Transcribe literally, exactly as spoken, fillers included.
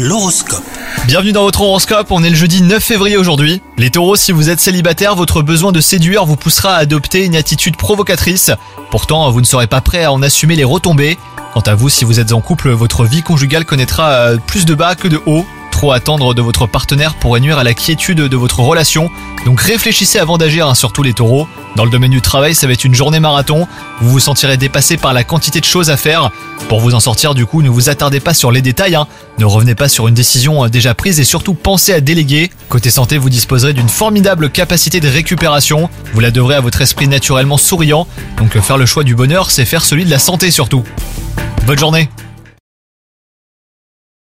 L'horoscope. Bienvenue dans votre horoscope, on est le jeudi neuf février aujourd'hui. Les taureaux, si vous êtes célibataire, votre besoin de séduire vous poussera à adopter une attitude provocatrice. Pourtant, vous ne serez pas prêt à en assumer les retombées. Quant à vous, si vous êtes en couple, votre vie conjugale connaîtra plus de bas que de hauts. Trop attendre de votre partenaire pourrait nuire à la quiétude de votre relation. Donc réfléchissez avant d'agir, hein, surtout les taureaux. Dans le domaine du travail, ça va être une journée marathon. Vous vous sentirez dépassé par la quantité de choses à faire. Pour vous en sortir, du coup, ne vous attardez pas sur les détails. Hein. Ne revenez pas sur une décision déjà prise et surtout pensez à déléguer. Côté santé, vous disposerez d'une formidable capacité de récupération. Vous la devrez à votre esprit naturellement souriant. Donc faire le choix du bonheur, c'est faire celui de la santé surtout. Bonne journée!